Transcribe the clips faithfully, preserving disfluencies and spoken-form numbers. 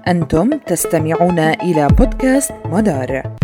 أنتم تستمعون إلى بودكاست مدار.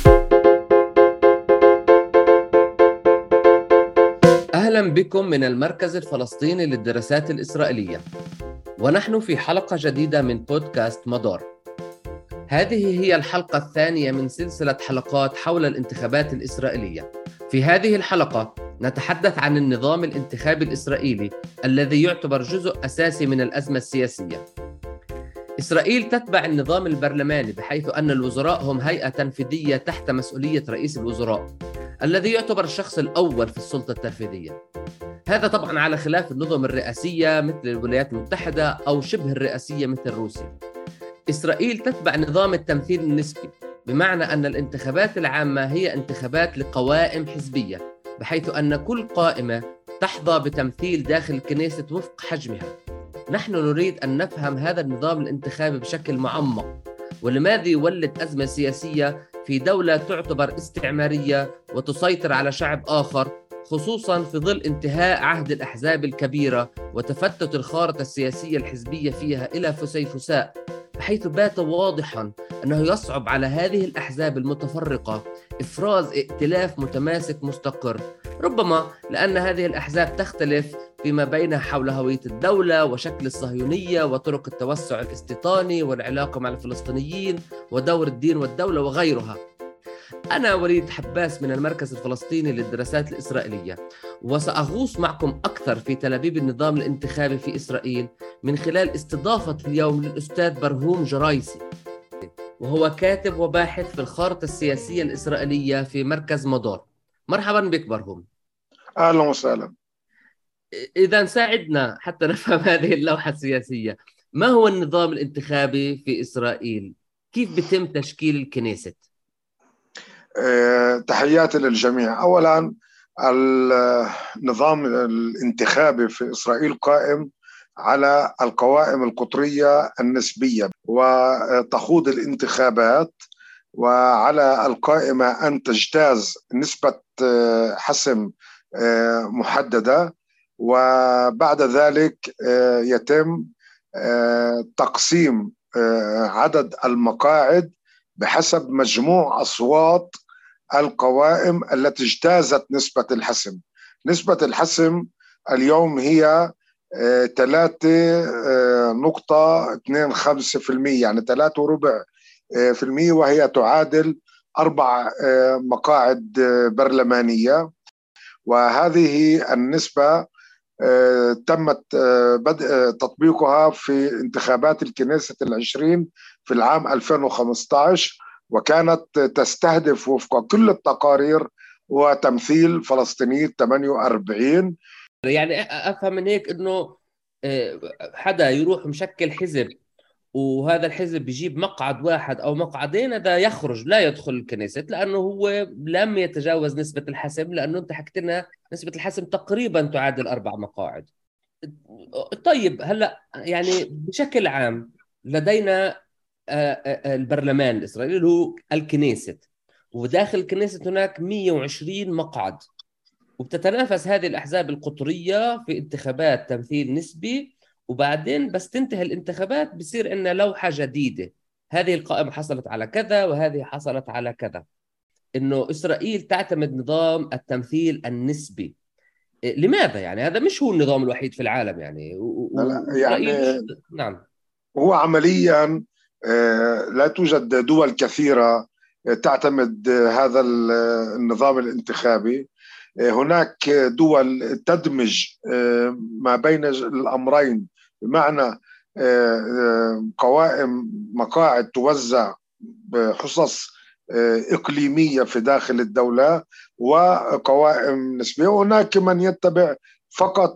أهلا بكم من المركز الفلسطيني للدراسات الإسرائيلية، ونحن في حلقة جديدة من بودكاست مدار. هذه هي الحلقة الثانية من سلسلة حلقات حول الانتخابات الإسرائيلية. في هذه الحلقة نتحدث عن النظام الانتخابي الإسرائيلي الذي يعتبر جزء أساسي من الأزمة السياسية. إسرائيل تتبع النظام البرلماني، بحيث أن الوزراء هم هيئة تنفيذية تحت مسؤولية رئيس الوزراء الذي يعتبر الشخص الأول في السلطة التنفيذية. هذا طبعا على خلاف النظم الرئاسية مثل الولايات المتحدة أو شبه الرئاسية مثل روسيا. إسرائيل تتبع نظام التمثيل النسبي، بمعنى أن الانتخابات العامة هي انتخابات لقوائم حزبية، بحيث أن كل قائمة تحظى بتمثيل داخل الكنيست وفق حجمها. نحن نريد أن نفهم هذا النظام الانتخابي بشكل معمق، ولماذا يولد أزمة سياسية في دولة تعتبر استعمارية وتسيطر على شعب آخر، خصوصاً في ظل انتهاء عهد الأحزاب الكبيرة وتفتت الخارطة السياسية الحزبية فيها إلى فسيفساء، بحيث بات واضحاً أنه يصعب على هذه الأحزاب المتفرقة إفراز ائتلاف متماسك مستقر، ربما لأن هذه الأحزاب تختلف فيما بينها حول هوية الدولة وشكل الصهيونية وطرق التوسع الاستيطاني والعلاقة مع الفلسطينيين ودور الدين والدولة وغيرها. أنا وليد حباس من المركز الفلسطيني للدراسات الإسرائيلية، وسأغوص معكم أكثر في تلابيب النظام الانتخابي في إسرائيل من خلال استضافة اليوم للأستاذ برهوم جرايسي، وهو كاتب وباحث في الخارطة السياسية الإسرائيلية في مركز مدار. مرحبا بك برهوم. أهلا وسهلا. إذا ساعدنا حتى نفهم هذه اللوحة السياسية. ما هو النظام الانتخابي في إسرائيل؟ كيف بيتم تشكيل الكنيست؟ أه، تحياتي للجميع. أولا، النظام الانتخابي في إسرائيل قائم على القوائم القطرية النسبية، وتخوض الانتخابات، وعلى القائمة أن تجتاز نسبة حسم محددة، وبعد ذلك يتم تقسيم عدد المقاعد بحسب مجموع أصوات القوائم التي اجتازت نسبة الحسم. نسبة الحسم اليوم هي ثلاثة نقطة اثنين خمسة في المية، يعني ثلاثة وربع في المية، وهي تعادل أربع مقاعد برلمانية. وهذه النسبة تمت بدء تطبيقها في انتخابات الكنيست العشرين في العام ألفين وخمسة عشر، وكانت تستهدف وفق كل التقارير وتمثيل فلسطيني ثمانية وأربعين. يعني أفهم من هيك أنه حدا يروح مشكل حزب، وهذا الحزب بيجيب مقعد واحد أو مقعدين، هذا يخرج لا يدخل الكنيست لأنه هو لم يتجاوز نسبة الحسم، لأنه أنت حكيت لنا نسبة الحسم تقريبا تعادل أربع مقاعد. طيب هلأ يعني بشكل عام لدينا البرلمان الإسرائيلي اللي هو الكنيست، وداخل الكنيست هناك مئة وعشرين مقعد، وبتتنافس هذه الأحزاب القطرية في انتخابات تمثيل نسبي، وبعدين بس تنتهي الانتخابات بصير عندنا لوحة جديدة، هذه القائمة حصلت على كذا وهذه حصلت على كذا. إنه إسرائيل تعتمد نظام التمثيل النسبي. لماذا؟ يعني هذا مش هو النظام الوحيد في العالم يعني, و... لا يعني مش... نعم، هو عمليا لا توجد دول كثيرة تعتمد هذا النظام الانتخابي. هناك دول تدمج ما بين الأمرين، بمعنى قوائم مقاعد توزع بحصص إقليمية في داخل الدولة وقوائم نسبية. وهناك من يتبع فقط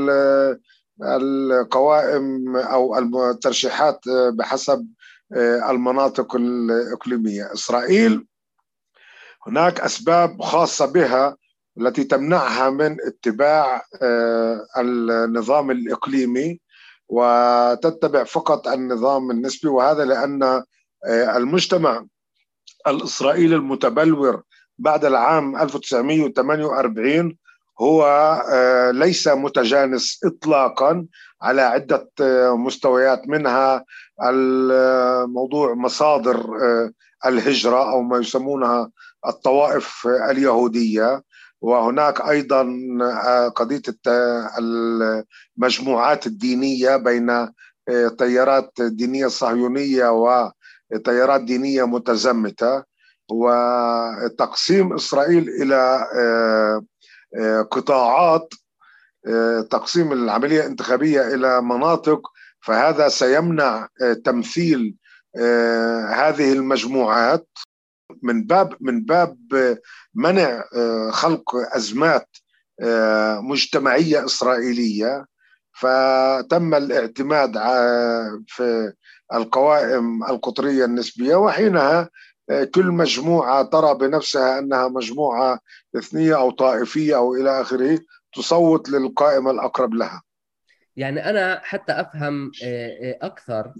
القوائم أو الترشيحات بحسب المناطق الإقليمية. إسرائيل هناك أسباب خاصة بها التي تمنعها من اتباع النظام الإقليمي وتتبع فقط النظام النسبي، وهذا لأن المجتمع الإسرائيلي المتبلور بعد العام ألف وتسعمئة وثمانية وأربعين هو ليس متجانس إطلاقا على عدة مستويات، منها الموضوع مصادر الهجرة أو ما يسمونها الطوائف اليهودية، وهناك أيضا قضية المجموعات الدينية بين تيارات دينية صهيونية وتيارات دينية متزمتة، وتقسيم إسرائيل إلى قطاعات، تقسيم العملية الانتخابية إلى مناطق، فهذا سيمنع تمثيل هذه المجموعات من باب من باب منع خلق أزمات مجتمعية إسرائيلية. فتم الاعتماد في القوائم القطرية النسبية، وحينها كل مجموعة ترى بنفسها أنها مجموعة إثنية أو طائفية أو إلى آخره تصوت للقائمة الأقرب لها. يعني أنا حتى أفهم أكثر،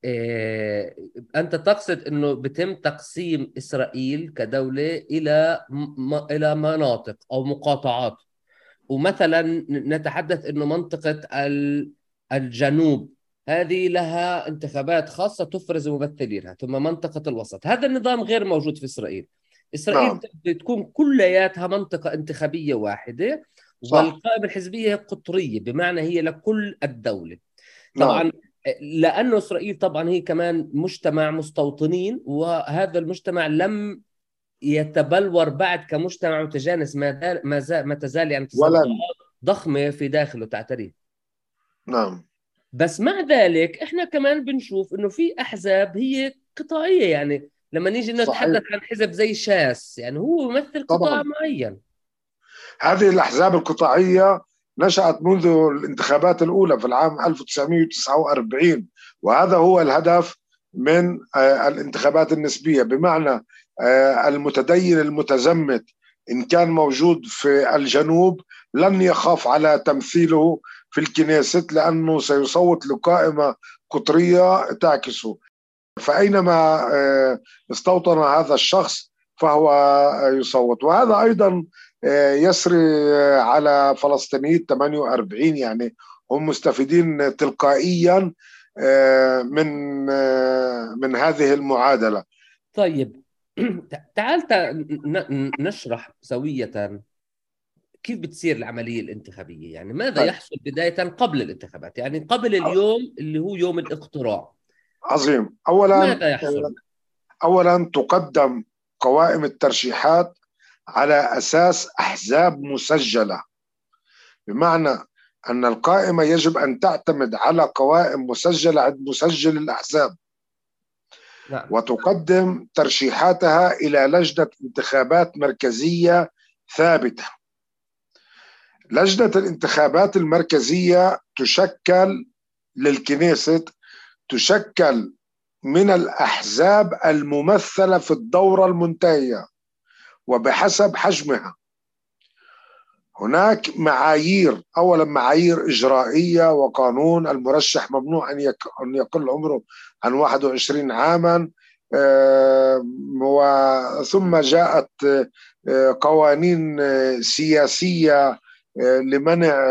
أنت تقصد أنه بتم تقسيم إسرائيل كدولة إلى إلى مناطق أو مقاطعات، ومثلا نتحدث أنه منطقة الجنوب هذه لها انتخابات خاصة تفرز ممثلينها، ثم منطقة الوسط. هذا النظام غير موجود في إسرائيل. إسرائيل نعم. تكون كلياتها منطقة انتخابية واحدة، صح. والقائمة الحزبية قطرية، بمعنى هي لكل الدولة. طبعا نعم. لأنه إسرائيل طبعا هي كمان مجتمع مستوطنين، وهذا المجتمع لم يتبلور بعد كمجتمع متجانس، ما ما زال ما تزال يعني تصدعات ضخمة في داخله تعتريه. نعم. بس مع ذلك احنا كمان بنشوف انه في احزاب هي قطاعيه، يعني لما نيجي نتحدث عن حزب زي شاس، يعني هو يمثل قطاع معين. هذه الاحزاب القطاعيه نشأت منذ الانتخابات الاولى في العام ألف وتسعمائة وتسعة وأربعين، وهذا هو الهدف من الانتخابات النسبيه، بمعنى المتدين المتزمت إن كان موجود في الجنوب لن يخاف على تمثيله في الكنيست، لأنه سيصوت لقائمة قطرية تعكسه، فأينما استوطن هذا الشخص فهو يصوت. وهذا أيضا يسري على فلسطينيين ثمانية وأربعين، يعني هم مستفيدين تلقائيا من من هذه المعادلة. طيب تعال نشرح سوية كيف بتصير العملية الانتخابية، يعني ماذا طيب. يحصل بداية قبل الانتخابات، يعني قبل اليوم اللي هو يوم الاقتراع. عظيم. أولا ماذا يحصل؟ أولا تقدم قوائم الترشيحات على أساس أحزاب مسجلة، بمعنى أن القائمة يجب أن تعتمد على قوائم مسجلة عند مسجل الأحزاب. نعم. وتقدم ترشيحاتها إلى لجنة انتخابات مركزية ثابتة. لجنة الانتخابات المركزية تشكل للكنيست تشكل من الأحزاب الممثلة في الدورة المنتهية وبحسب حجمها. هناك معايير، أولا معايير إجرائية وقانون، المرشح ممنوع أن يقل عمره عن واحد وعشرين عاما، ثم جاءت قوانين سياسية لمنع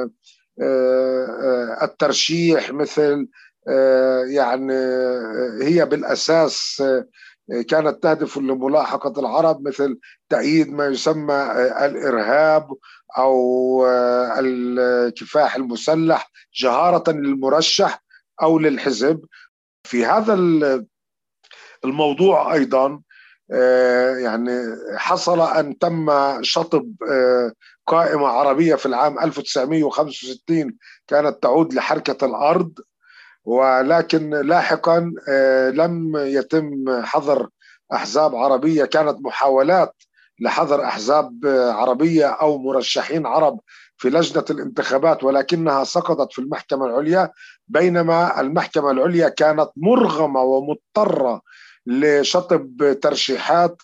الترشيح، مثل يعني هي بالأساس كانت تهدف لملاحقة العرب، مثل تأييد ما يسمى الإرهاب أو الكفاح المسلح جهارة للمرشح أو للحزب. في هذا الموضوع أيضا يعني حصل أن تم شطب قائمة عربية في العام ألف وتسعمائة وخمسة وستين كانت تعود لحركة الأرض، ولكن لاحقا لم يتم حظر أحزاب عربية. كانت محاولات لحظر أحزاب عربية أو مرشحين عرب في لجنة الانتخابات، ولكنها سقطت في المحكمة العليا، بينما المحكمة العليا كانت مرغمة ومضطرة لشطب ترشيحات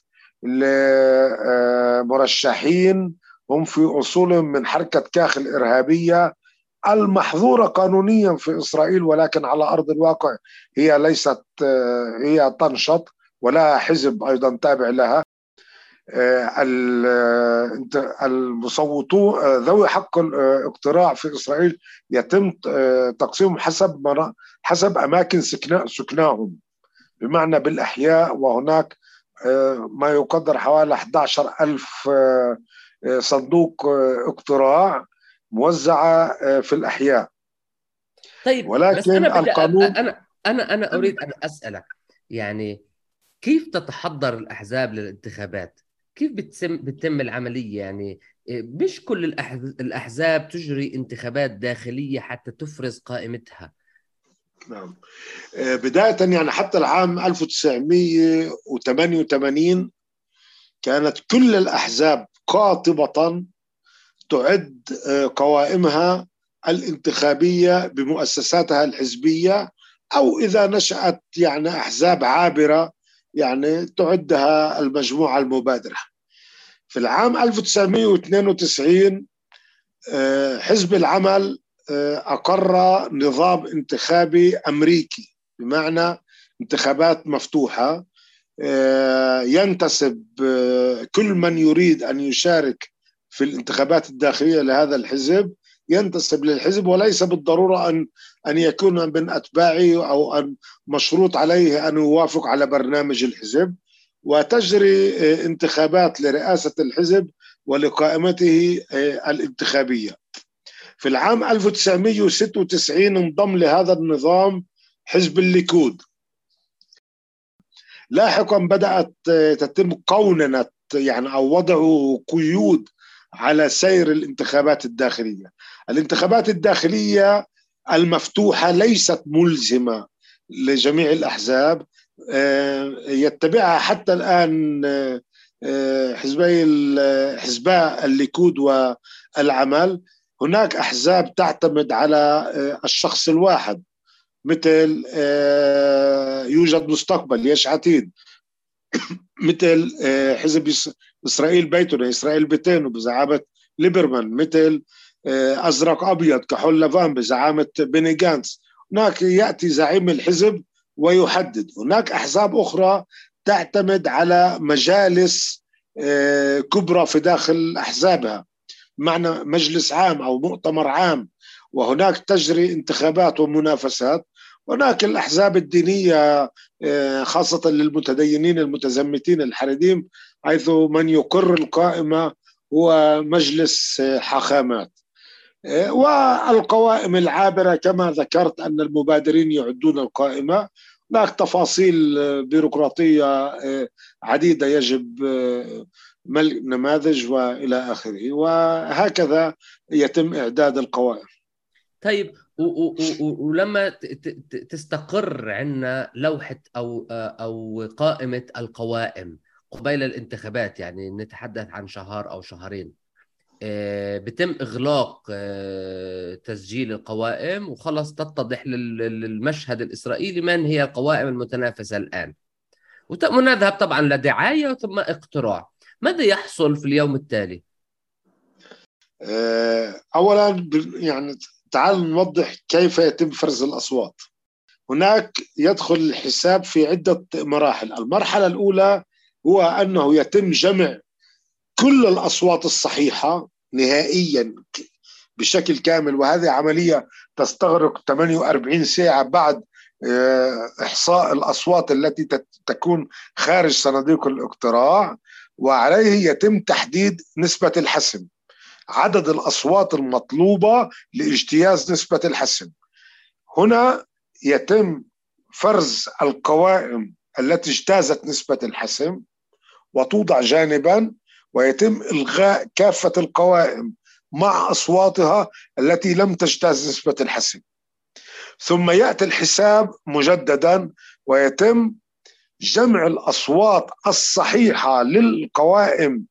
لمرشحين هم في أصولهم من حركة كاخ الإرهابية المحظورة قانونيا في إسرائيل، ولكن على أرض الواقع هي ليست، هي تنشط ولا حزب أيضا تابع لها. المصوتون ذوي حق الاقتراع في إسرائيل يتم تقسيمهم حسب حسب أماكن سكناهم، بمعنى بالأحياء، وهناك ما يقدر حوالي أحد عشر ألف صندوق اقتراع موزعة في الأحياء. طيب ولكن بس أنا القانون أنا أنا أنا أريد أن أسألك، يعني كيف تتحضر الأحزاب للانتخابات؟ كيف بتتم بتتم العملية؟ يعني مش كل الأحزاب تجري انتخابات داخلية حتى تفرز قائمتها. نعم. بداية يعني حتى العام ألف وتسعمئة وثمانية وثمانين كانت كل الأحزاب قاطبة تعد قوائمها الانتخابية بمؤسساتها الحزبية، أو إذا نشأت يعني أحزاب عابرة يعني تعدها المجموعة المبادرة. في العام ألف وتسعمئة واثنين وتسعين حزب العمل أقر نظام انتخابي أمريكي، بمعنى انتخابات مفتوحة ينتسب كل من يريد أن يشارك في الانتخابات الداخلية لهذا الحزب ينتسب للحزب، وليس بالضرورة أن أن يكون من أتباعه أو أن مشروط عليه أن يوافق على برنامج الحزب، وتجري انتخابات لرئاسة الحزب ولقائمته الانتخابية. في العام ألف وتسعمئة وستة وتسعين انضم لهذا النظام حزب الليكود. لاحقا بدأت تتم قوننة يعني أو وضع قيود على سير الانتخابات الداخلية. الانتخابات الداخلية المفتوحة ليست ملزمة لجميع الأحزاب، يتبعها حتى الآن حزبي حزباء الليكود والعمل. هناك أحزاب تعتمد على الشخص الواحد، مثل يوجد مستقبل يش عتيد، مثل حزب إسرائيل بيتنا إسرائيل بيتينو بزعامة ليبرمان، مثل أزرق أبيض كحول لفان بزعامة بيني جانتس. هناك يأتي زعيم الحزب ويحدد. هناك أحزاب أخرى تعتمد على مجالس كبرى في داخل أحزابها، معنى مجلس عام أو مؤتمر عام، وهناك تجري انتخابات ومنافسات. هناك الأحزاب الدينية خاصة للمتدينين المتزمتين الحريديم، حيث من يقر القائمة هو مجلس حاخامات. والقوائم العابرة كما ذكرت أن المبادرين يعدون القائمة. هناك تفاصيل بيروقراطية عديدة يجب ملء نماذج وإلى آخره، وهكذا يتم إعداد القوائم. طيب ولما تستقر عندنا لوحة أو أو قائمة القوائم قبيل الانتخابات، يعني نتحدث عن شهر أو شهرين، بتم إغلاق تسجيل القوائم وخلص تتضح للمشهد الإسرائيلي من هي القوائم المتنافسة الآن، ونذهب طبعا لدعاية ثم اقتراع. ماذا يحصل في اليوم التالي؟ أولا يعني تعال نوضح كيف يتم فرز الأصوات. هناك يدخل الحساب في عدة مراحل. المرحلة الأولى هو أنه يتم جمع كل الأصوات الصحيحة نهائيا بشكل كامل، وهذه عملية تستغرق ثمانية وأربعين ساعة بعد إحصاء الأصوات التي تكون خارج صناديق الاقتراع، وعليه يتم تحديد نسبة الحسم، عدد الأصوات المطلوبة لاجتياز نسبة الحسم. هنا يتم فرز القوائم التي اجتازت نسبة الحسم وتوضع جانبا، ويتم إلغاء كافة القوائم مع أصواتها التي لم تجتاز نسبة الحسم. ثم يأتي الحساب مجددا ويتم جمع الأصوات الصحيحة للقوائم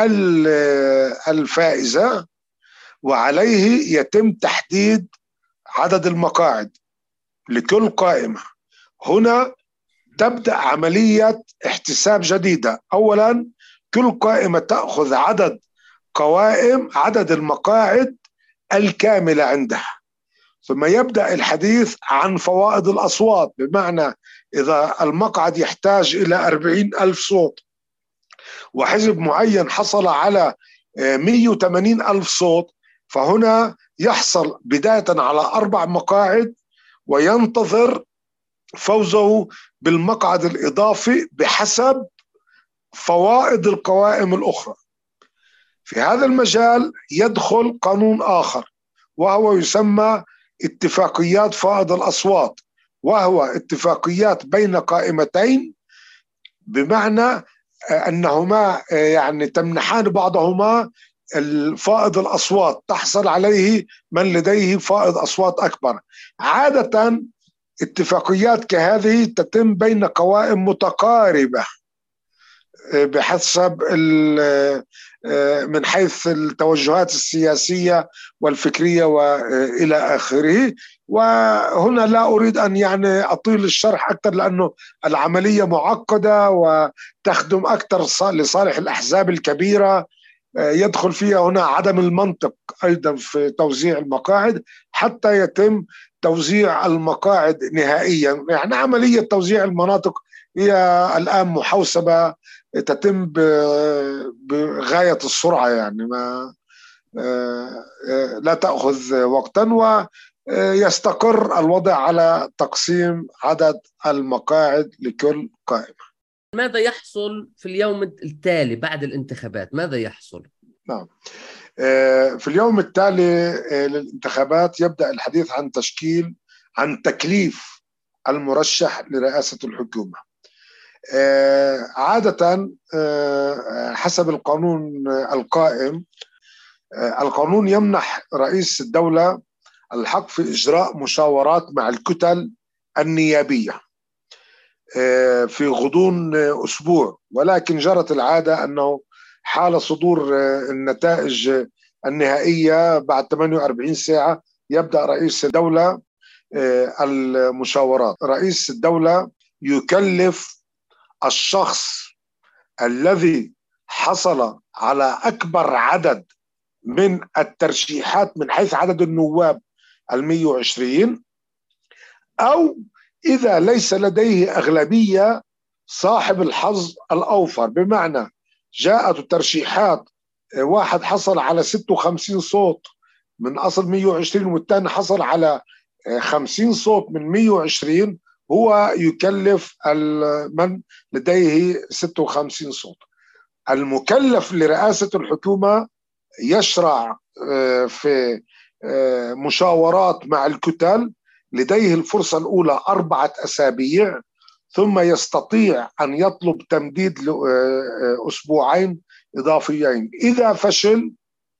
الفائزة، وعليه يتم تحديد عدد المقاعد لكل قائمة. هنا تبدأ عملية احتساب جديدة. أولا كل قائمة تأخذ عدد قوائم عدد المقاعد الكاملة عندها، ثم يبدأ الحديث عن فوائد الأصوات، بمعنى إذا المقعد يحتاج إلى أربعين ألف صوت وحزب معين حصل على مئة وثمانين ألف صوت، فهنا يحصل بداية على أربع مقاعد وينتظر فوزه بالمقعد الإضافي بحسب فوائد القوائم الأخرى. في هذا المجال يدخل قانون آخر وهو يسمى اتفاقيات فائض الأصوات، وهو اتفاقيات بين قائمتين، بمعنى أنهما يعني تمنحان بعضهما الفائض الأصوات، تحصل عليه من لديه فائض أصوات أكبر. عادة اتفاقيات كهذه تتم بين قوائم متقاربة بحسب من حيث التوجهات السياسية والفكرية وإلى آخره. وهنا لا أريد أن يعني أطيل الشرح أكثر لأنه العملية معقدة وتخدم أكثر لصالح الأحزاب الكبيرة، يدخل فيها هنا عدم المنطق أيضا في توزيع المقاعد حتى يتم توزيع المقاعد نهائيا. يعني عملية توزيع المناطق هي الآن محوسبة تتم بغاية السرعة، يعني ما لا تأخذ وقتا، ويستقر الوضع على تقسيم عدد المقاعد لكل قائمة. ماذا يحصل في اليوم التالي بعد الانتخابات؟ ماذا يحصل؟ نعم، في اليوم التالي للانتخابات يبدأ الحديث عن تشكيل عن تكليف المرشح لرئاسة الحكومة. عادة حسب القانون القائم، القانون يمنح رئيس الدولة الحق في إجراء مشاورات مع الكتل النيابية في غضون أسبوع، ولكن جرت العادة أنه حال صدور النتائج النهائية بعد ثمانية وأربعين ساعة يبدأ رئيس الدولة المشاورات. رئيس الدولة يكلف الشخص الذي حصل على أكبر عدد من الترشيحات من حيث عدد النواب المئة وعشرين، أو إذا ليس لديه أغلبية صاحب الحظ الأوفر، بمعنى جاءت الترشيحات واحد حصل على ستة وخمسين صوت من أصل مئة وعشرين والثاني حصل على خمسين صوت من مئة وعشرين، هو يكلف من لديه ستة وخمسين صوت. المكلف لرئاسة الحكومة يشرع في مشاورات مع الكتل، لديه الفرصة الأولى أربعة أسابيع، ثم يستطيع أن يطلب تمديد أسبوعين إضافيين. إذا فشل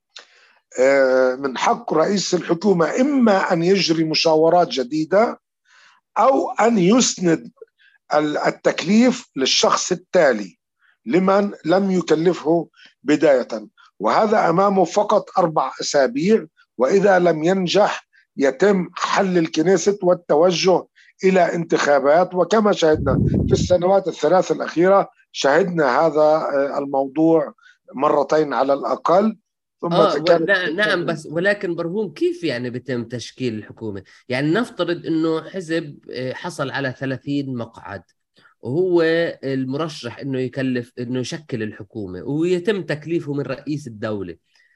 من حق رئيس الحكومة إما أن يجري مشاورات جديدة أو أن يسند التكليف للشخص التالي لمن لم يكلفه بداية، وهذا أمامه فقط أربع أسابيع. وإذا لم ينجح يتم حل الكنيست والتوجه إلى انتخابات. وكما شاهدنا في السنوات الثلاث الأخيرة شاهدنا هذا الموضوع مرتين على الأقل. ثم آه نعم, نعم بس ولكن برهوم كيف يعني بيتم تشكيل الحكومة؟ يعني نفترض إنه حزب حصل على ثلاثين مقعد وهو المرشح إنه يكلف إنه يشكل الحكومة ويتم تكليفه من رئيس الدولة.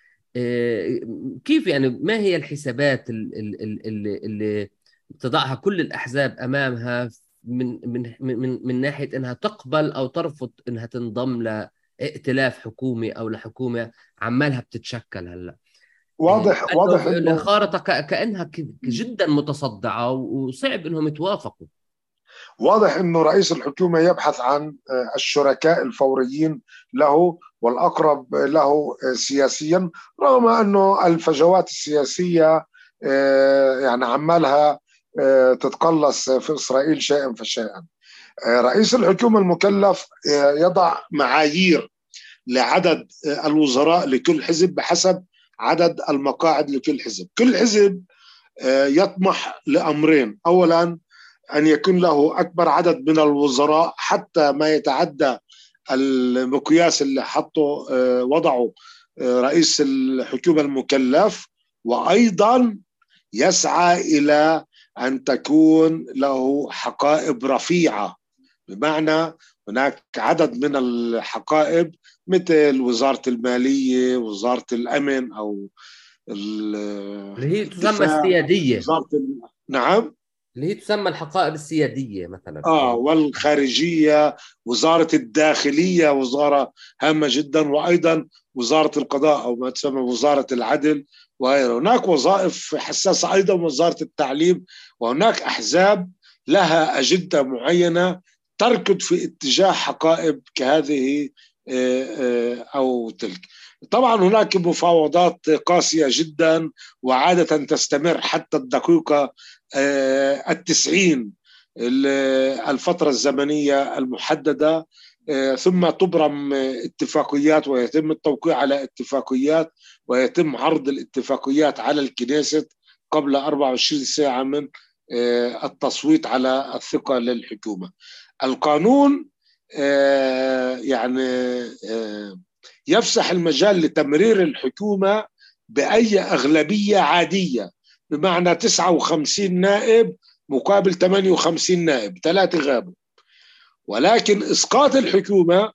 كيف يعني ما هي الحسابات اللي, اللي تضعها كل الأحزاب أمامها من من من من ناحية إنها تقبل أو ترفض إنها تنضم لائتلاف حكومي أو لحكومة عمالها بتتشكل هلا؟ واضح واضح الخارطة كأنها جدا متصدعة وصعب إنهم يتوافقوا. واضح إنه رئيس الحكومة يبحث عن الشركاء الفوريين له والأقرب له سياسيا، رغم أنه الفجوات السياسية يعني عمالها تتقلص في إسرائيل شيئا فشيئا. رئيس الحكومة المكلف يضع معايير لعدد الوزراء لكل حزب بحسب عدد المقاعد لكل حزب. كل حزب يطمح لأمرين: أولا أن يكون له أكبر عدد من الوزراء حتى ما يتعدى المقياس اللي حطه وضعه رئيس الحكومة المكلف، وأيضا يسعى إلى أن تكون له حقائب رفيعة، بمعنى هناك عدد من الحقائب مثل وزارة المالية، وزارة الأمن أو اللي هي تسمى الدفاع، السيادية، وزارة ال... نعم اللي هي تسمى الحقائب السيادية مثلا آه يعني. والخارجية، وزارة الداخلية وزارة هامة جدا، وأيضا وزارة القضاء أو ما تسمى وزارة العدل وغيره. هناك وظائف حساسة أيضا، وزارة التعليم، وهناك أحزاب لها أجندة معينة تركض في اتجاه حقائب كهذه أو تلك. طبعا هناك مفاوضات قاسية جدا، وعادة تستمر حتى الدقيقة التسعين الفترة الزمنية المحددة، ثم تبرم اتفاقيات ويتم التوقيع على اتفاقيات، ويتم عرض الاتفاقيات على الكنيست قبل أربعة وعشرين ساعة من التصويت على الثقة للحكومة. القانون يعني يفسح المجال لتمرير الحكومة بأي أغلبية عادية، بمعنى تسعة وخمسين نائب مقابل ثمانية وخمسين نائب، ثلاثة غابوا. ولكن إسقاط الحكومة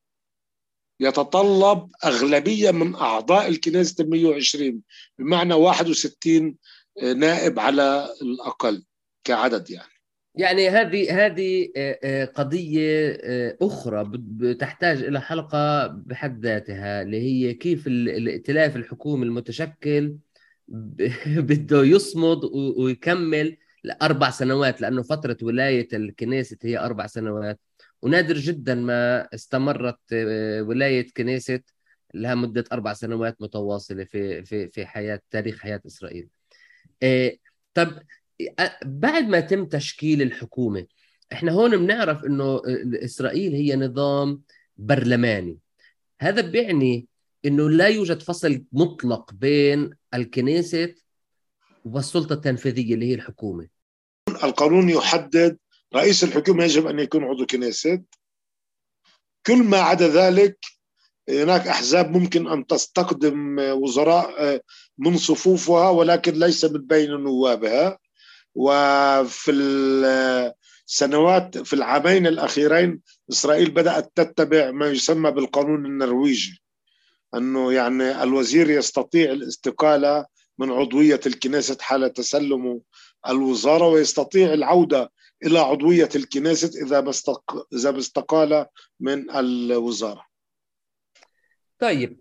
يتطلب أغلبية من أعضاء الكنيسة مئة وعشرين، بمعنى واحد وستين نائب على الأقل كعدد. يعني يعني هذه هذه قضية أخرى بتحتاج إلى حلقة بحد ذاتها، اللي هي كيف الائتلاف الحكومي المتشكل بده يصمد ويكمل لأربع سنوات، لأنه فترة ولاية الكنيسة هي أربع سنوات، ونادر جدا ما استمرت ولاية كنيسة لها مدة أربع سنوات متواصلة في في في حياة تاريخ حياة إسرائيل. طب بعد ما تم تشكيل الحكومة، احنا هون بنعرف انه اسرائيل هي نظام برلماني. هذا بيعني انه لا يوجد فصل مطلق بين الكنيسة والسلطة التنفيذية اللي هي الحكومة. القانون يحدد رئيس الحكومة يجب ان يكون عضو كنيسة، كل ما عدا ذلك هناك أحزاب ممكن أن تستخدم وزراء من صفوفها ولكن ليس من بين نوابها. وفي السنوات في العامين الأخيرين إسرائيل بدأت تتبع ما يسمى بالقانون النرويجي، أنه يعني الوزير يستطيع الاستقالة من عضوية الكنيسة حال تسلم الوزارة، ويستطيع العودة إلى عضوية الكنيسة إذا ما استقال من الوزارة. طيب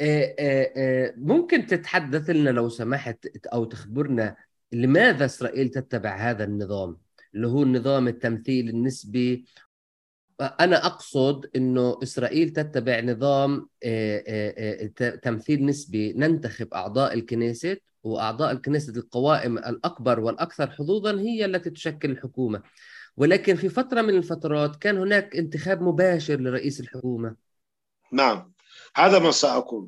ممكن تتحدث لنا لو سمحت أو تخبرنا لماذا إسرائيل تتبع هذا النظام اللي هو النظام التمثيل النسبي؟ أنا أقصد أنه إسرائيل تتبع نظام تمثيل نسبي، ننتخب أعضاء الكنيسة، وأعضاء الكنيسة القوائم الأكبر والأكثر حظوظا هي التي تشكل الحكومة. ولكن في فترة من الفترات كان هناك انتخاب مباشر لرئيس الحكومة. نعم، هذا ما سأقول.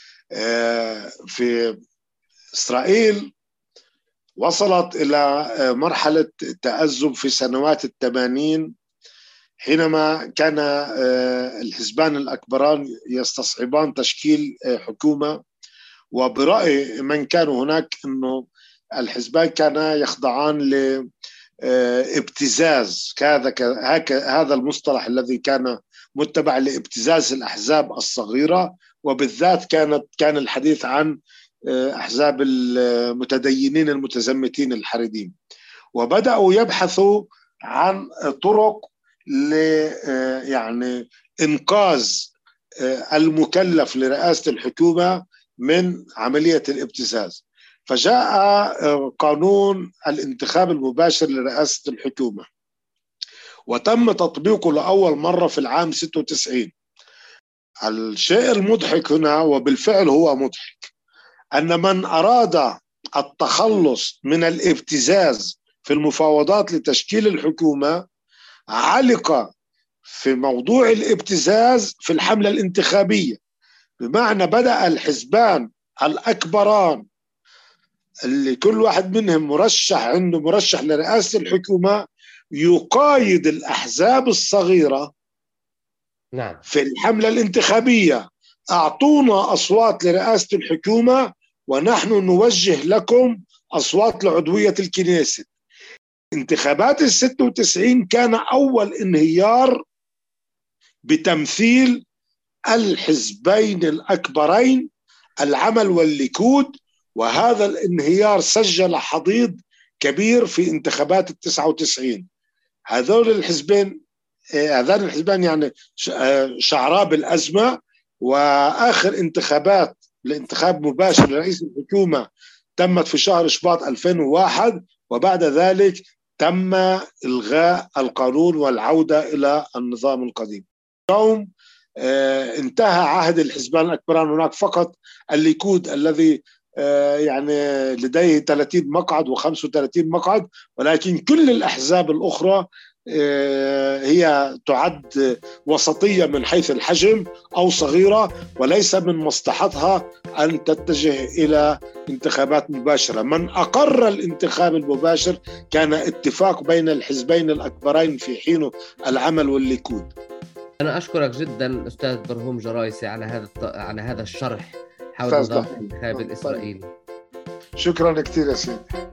في إسرائيل وصلت إلى مرحلة تأزم في سنوات الثمانين، حينما كان الحزبان الأكبران يستصعبان تشكيل حكومة، وبرأي من كانوا هناك أنه الحزبان كانا يخضعان لابتزاز، هذا المصطلح الذي كان متبع لابتزاز الأحزاب الصغيرة، وبالذات كانت كان الحديث عن أحزاب المتدينين المتزمتين الحريديم. وبدأوا يبحثوا عن طرق ل يعني إنقاذ المكلف لرئاسة الحكومة من عملية الابتزاز، فجاء قانون الانتخاب المباشر لرئاسة الحكومة، وتم تطبيقه لأول مرة في العام ستة وتسعين. الشيء المضحك هنا، وبالفعل هو مضحك، أن من أراد التخلص من الابتزاز في المفاوضات لتشكيل الحكومة علق في موضوع الابتزاز في الحملة الانتخابية، بمعنى بدأ الحزبان الأكبران اللي كل واحد منهم مرشح عنده مرشح لرئاسة الحكومة يقايد الأحزاب الصغيرة. نعم. في الحملة الانتخابية أعطونا أصوات لرئاسة الحكومة ونحن نوجه لكم أصوات لعضوية الكنيسة. انتخابات الستة وتسعين كان أول انهيار بتمثيل الحزبين الأكبرين العمل والليكود، وهذا الانهيار سجل حضيض كبير في انتخابات التسعة وتسعين. هذول الحزبين هذان الحزبين يعني شعرا بالأزمة، وآخر انتخابات لانتخاب مباشر لرئيس الحكومة تمت في شهر شباط ألفين وواحد، وبعد ذلك تم إلغاء القانون والعودة إلى النظام القديم. اليوم انتهى عهد الحزبين الأكبران، هناك فقط الليكود الذي يعني لديه ثلاثين مقعد وخمسة وثلاثين مقعد، ولكن كل الأحزاب الأخرى هي تعد وسطية من حيث الحجم أو صغيرة، وليس من مصلحتها أن تتجه إلى انتخابات مباشرة. من أقر الانتخاب المباشر كان اتفاق بين الحزبين الأكبرين في حينه، العمل والليكود. أنا أشكرك جدا أستاذ برهوم جرايسي على هذا على هذا الشرح حول نظام الانتخاب الإسرائيلي. شكرا كثير يا سيدي.